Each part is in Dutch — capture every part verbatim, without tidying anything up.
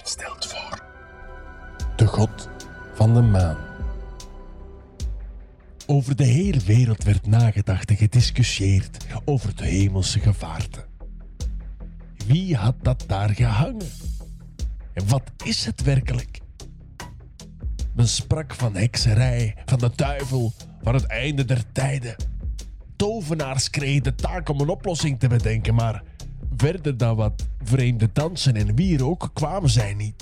stelt voor de god van de maan. Over de hele wereld werd nagedacht en gediscussieerd over de hemelse gevaarten. Wie had dat daar gehangen? En wat is het werkelijk? Men sprak van hekserij, van de duivel, van het einde der tijden. Tovenaars kregen de taak om een oplossing te bedenken, maar verder dan wat vreemde dansen en wierook kwamen zij niet.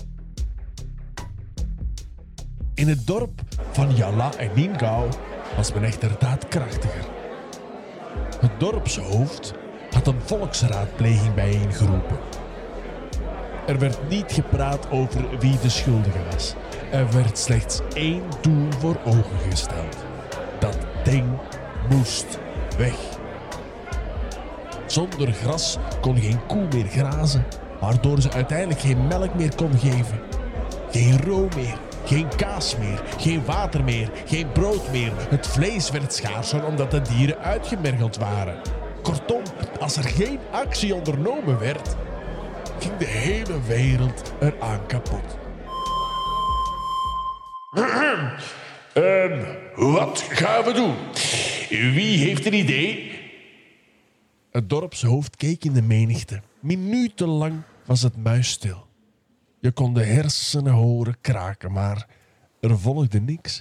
In het dorp van Jalla en Niengau was men echter daadkrachtiger. Het dorpshoofd had een volksraadpleging bijeengeroepen. Er werd niet gepraat over wie de schuldige was. Er werd slechts één doel voor ogen gesteld. Dat ding moest weg. Zonder gras kon geen koe meer grazen, waardoor ze uiteindelijk geen melk meer kon geven. Geen ro meer, geen kaas meer, geen water meer, geen brood meer. Het vlees werd schaarser omdat de dieren uitgemergeld waren. Kortom, als er geen actie ondernomen werd, ging de hele wereld eraan kapot. um, wat gaan we doen? Wie heeft een idee? Het dorpshoofd keek in de menigte. Minutenlang was het muisstil. Je kon de hersenen horen kraken, maar er volgde niks.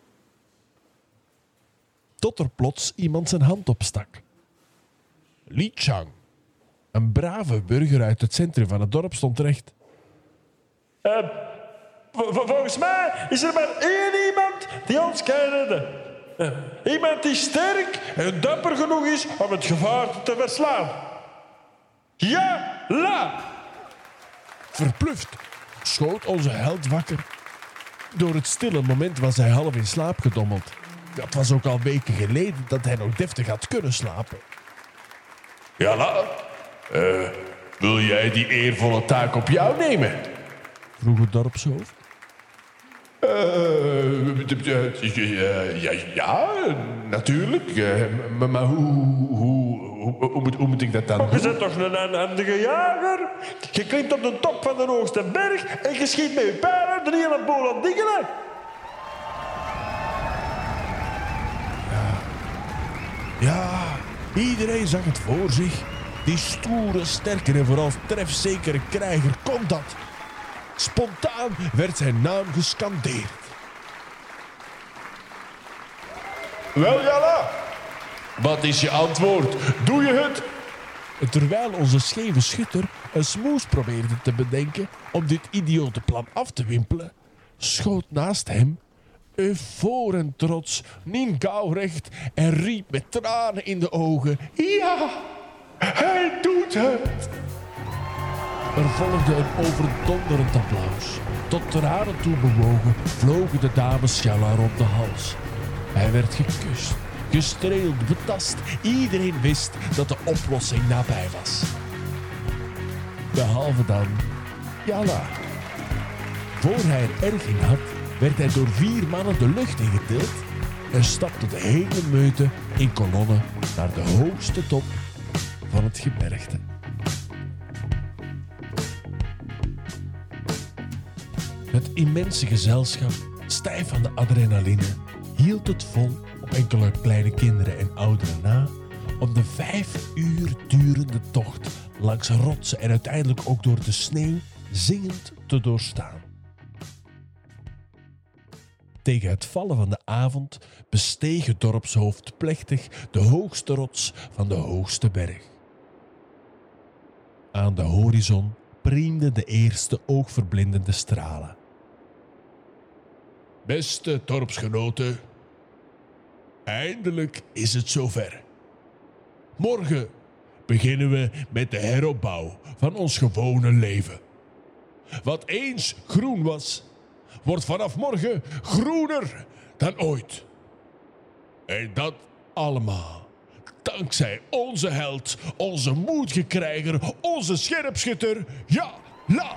Tot er plots iemand zijn hand opstak. Li Chang, een brave burger uit het centrum van het dorp, stond recht. Uh, v- volgens mij is er maar één iemand die ons kan redden. Uh, iemand die sterk en dapper genoeg is om het gevaarte te verslaan. Ja, la! Verpluft schoot onze held wakker. Door het stille moment was hij half in slaap gedommeld. Dat was ook al weken geleden dat hij nog deftig had kunnen slapen. Jalla, uh, wil jij die eervolle taak op jou nemen? Vroeg het dorpshoofd. Uh, ja, ja, natuurlijk. Uh, maar maar hoe, hoe, hoe, hoe, moet, hoe moet ik dat dan Je doen? bent toch een handige jager? Je klimt op de top van de hoogste berg en je schiet met je pijlen er hier aan boel aan dingelen. Ja, iedereen zag het voor zich. Die stoere, sterke en vooral trefzekere krijger kon dat. Spontaan werd zijn naam gescandeerd. Wel, Jalla. Wat is je antwoord? Doe je het? Terwijl onze scheve schutter een smoes probeerde te bedenken om dit idiote plan af te wimpelen, schoot naast hem, eufor en trots, Niengau recht en riep met tranen in de ogen: Ja, hij doet het. Er volgde een overdonderend applaus. Tot tranen toe bewogen vlogen de dames Jalla rond de hals. Hij werd gekust, gestreeld, betast. Iedereen wist dat de oplossing nabij was. Behalve dan Jalla. Voor hij er erg in had, werd hij door vier mannen de lucht ingetild en stapte de hele meute in kolonnen naar de hoogste top van het gebergte. Het immense gezelschap, stijf van de adrenaline, hield het vol op enkele kleine kinderen en ouderen na om de vijf uur durende tocht langs rotsen en uiteindelijk ook door de sneeuw zingend te doorstaan. Tegen het vallen van de avond besteeg het dorpshoofd plechtig de hoogste rots van de hoogste berg. Aan de horizon priemden de eerste oogverblindende stralen. Beste dorpsgenoten, eindelijk is het zover. Morgen beginnen we met de heropbouw van ons gewone leven. Wat eens groen was, wordt vanaf morgen groener dan ooit. En dat allemaal dankzij onze held, onze moedige krijger, onze scherpschutter, Jalla.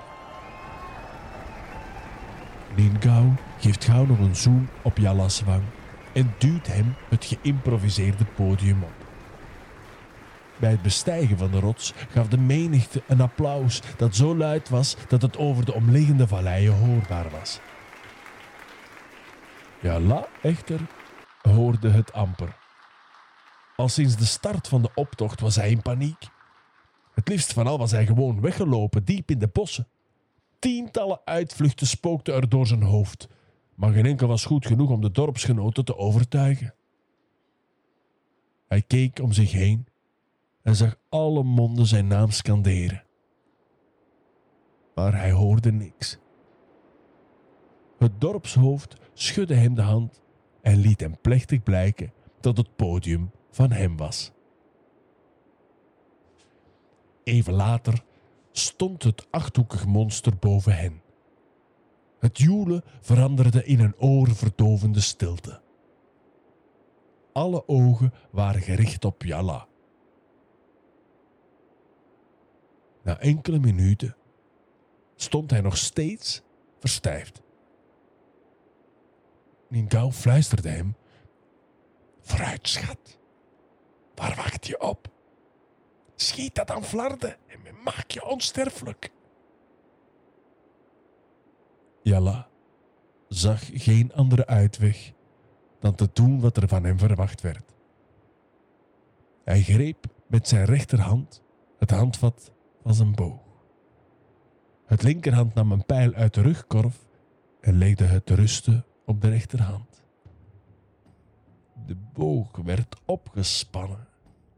Niengau geeft gauw nog een zoen op Jalla's wang en duwt hem het geïmproviseerde podium op. Bij het bestijgen van de rots gaf de menigte een applaus dat zo luid was dat het over de omliggende valleien hoorbaar was. Jala echter hoorde het amper. Al sinds de start van de optocht was hij in paniek. Het liefst van al was hij gewoon weggelopen, diep in de bossen. Tientallen uitvluchten spookten er door zijn hoofd, maar geen enkel was goed genoeg om de dorpsgenoten te overtuigen. Hij keek om zich heen en zag alle monden zijn naam skanderen. Maar hij hoorde niks. Het dorpshoofd schudde hem de hand en liet hem plechtig blijken dat het podium van hem was. Even later stond het achthoekig monster boven hen. Het joelen veranderde in een oorverdovende stilte. Alle ogen waren gericht op Jalla. Na enkele minuten stond hij nog steeds verstijfd. Nienkou fluisterde hem: "Vooruit, schat. Waar wacht je op? Schiet dat aan flarden en maak je onsterfelijk." Jalla zag geen andere uitweg dan te doen wat er van hem verwacht werd. Hij greep met zijn rechterhand het handvat van zijn boog. Het linkerhand nam een pijl uit de rugkorf en legde het te rusten op de rechterhand. De boog werd opgespannen.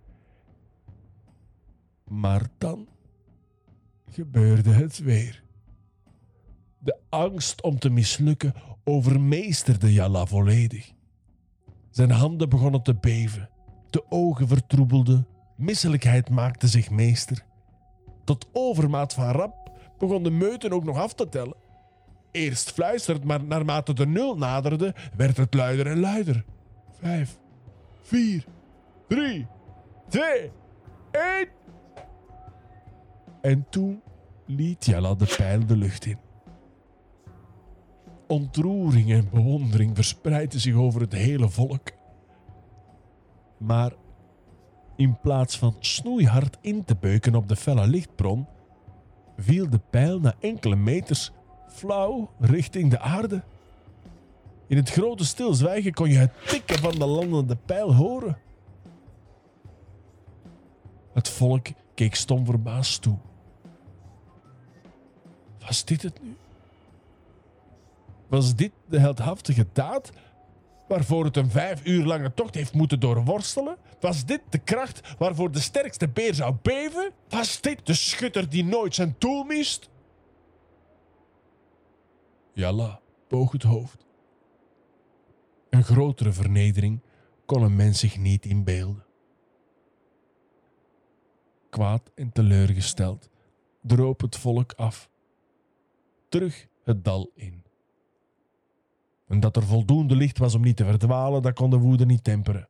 Maar dan gebeurde het weer. De angst om te mislukken overmeesterde Jalla volledig. Zijn handen begonnen te beven, de ogen vertroebelden, misselijkheid maakte zich meester. Tot overmaat van ramp begon de meute ook nog af te tellen. Eerst fluisterd, maar naarmate de nul naderde, werd het luider en luider. Vijf, vier, drie, twee, één. En toen liet Jalla de pijl de lucht in. Ontroering en bewondering verspreidden zich over het hele volk. Maar in plaats van snoeihard in te beuken op de felle lichtbron, viel de pijl na enkele meters flauw richting de aarde. In het grote stilzwijgen kon je het tikken van de landende pijl horen. Het volk keek stom verbaasd toe. Was dit het nu? Was dit de heldhaftige daad waarvoor het een vijf uur lange tocht heeft moeten doorworstelen? Was dit de kracht waarvoor de sterkste beer zou beven? Was dit de schutter die nooit zijn doel mist? Jalla boog het hoofd. Een grotere vernedering kon een mens zich niet inbeelden. Kwaad en teleurgesteld droop het volk af. Terug het dal in. En dat er voldoende licht was om niet te verdwalen, dat kon de woede niet temperen.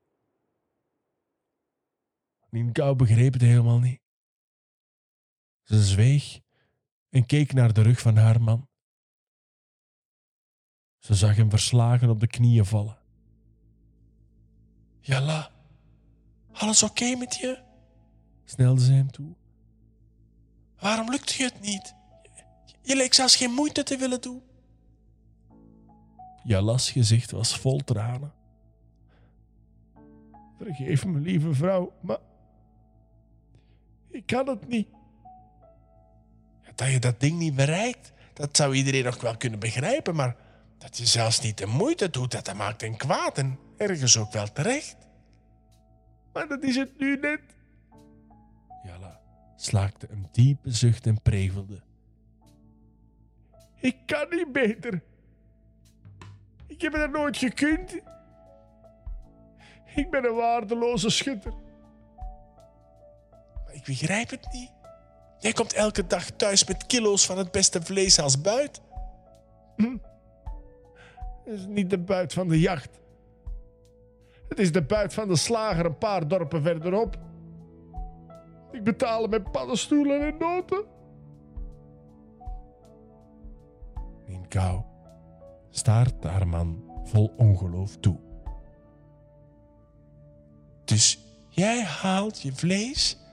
Nienkou begreep het helemaal niet. Ze zweeg en keek naar de rug van haar man. Ze zag hem verslagen op de knieën vallen. Jalla, alles oké okay met je? Snelde ze hem toe. Waarom lukt je het niet? Je leek zelfs geen moeite te willen doen. Jalla's gezicht was vol tranen. Vergeef me, lieve vrouw, maar ik kan het niet. Dat je dat ding niet bereikt, dat zou iedereen nog wel kunnen begrijpen, maar dat je zelfs niet de moeite doet, dat, dat maakt een kwaad en ergens ook wel terecht. Maar dat is het nu net. Jalla slaakte een diepe zucht en prevelde. Ik kan niet beter. Ik heb het nooit gekund. Ik ben een waardeloze schutter. Maar ik begrijp het niet. Jij komt elke dag thuis met kilo's van het beste vlees als buit. Hm. Het is niet de buit van de jacht. Het is de buit van de slager een paar dorpen verderop. Ik betaal hem met paddenstoelen en noten. Nienkou staart haar man vol ongeloof toe. Dus jij haalt je vlees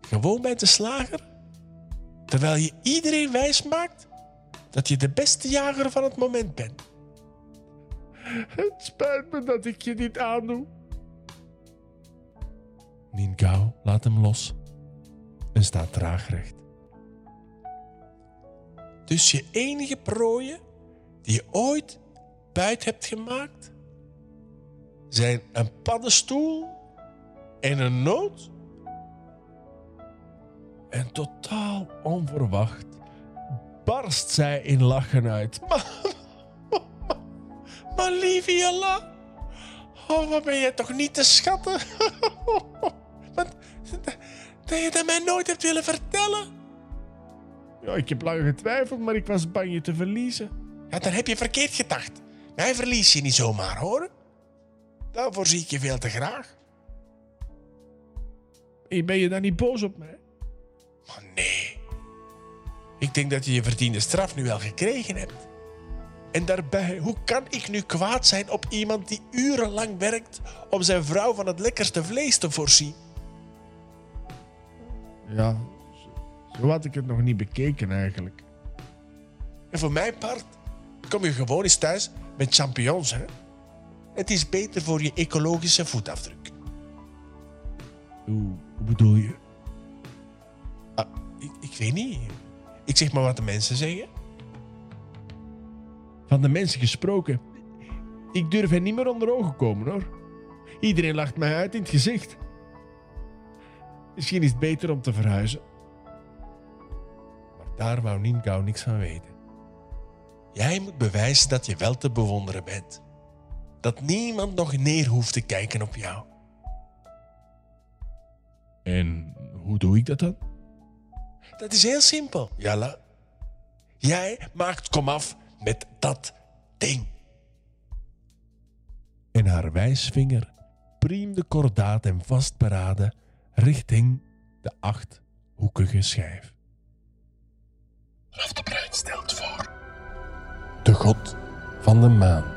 Gewoon bij de slager? Terwijl je iedereen wijs maakt dat je de beste jager van het moment bent. Het spijt me dat ik je dit aandoe. Niengao laat hem los en staat traag recht. Dus je enige prooien die je ooit buit hebt gemaakt zijn een paddenstoel en een noot? En totaal onverwacht barst zij in lachen uit. Maar, maar, maar lieve Jalla, oh, wat ben je toch niet te schatten? Wat, dat je dat mij nooit hebt willen vertellen? Ja, ik heb lang getwijfeld, maar ik was bang je te verliezen. Ja, dan heb je verkeerd gedacht. Mij verlies je niet zomaar, hoor. Daarvoor zie ik je veel te graag. En ben je dan niet boos op mij? Maar nee. Ik denk dat je je verdiende straf nu wel gekregen hebt. En daarbij, hoe kan ik nu kwaad zijn op iemand die urenlang werkt om zijn vrouw van het lekkerste vlees te voorzien? Ja, zo, zo had ik het nog niet bekeken eigenlijk. En voor mijn part kom je gewoon eens thuis met champignons, hè? Het is beter voor je ecologische voetafdruk. Hoe, hoe bedoel je? Ah, ik, ik weet niet. Ik zeg maar wat de mensen zeggen. Van de mensen gesproken. Ik durf hen niet meer onder ogen komen, hoor. Iedereen lacht mij uit in het gezicht. Misschien is het beter om te verhuizen. Maar daar wou Niengao niks van weten. Jij moet bewijzen dat je wel te bewonderen bent. Dat niemand nog neer hoeft te kijken op jou. En hoe doe ik dat dan? Dat is heel simpel, Jalla. Jij maakt komaf met dat ding. En haar wijsvinger priemde kordaat en vastberaden richting de achthoekige schijf. Raf de Bruin stelt voor. De god van de maan.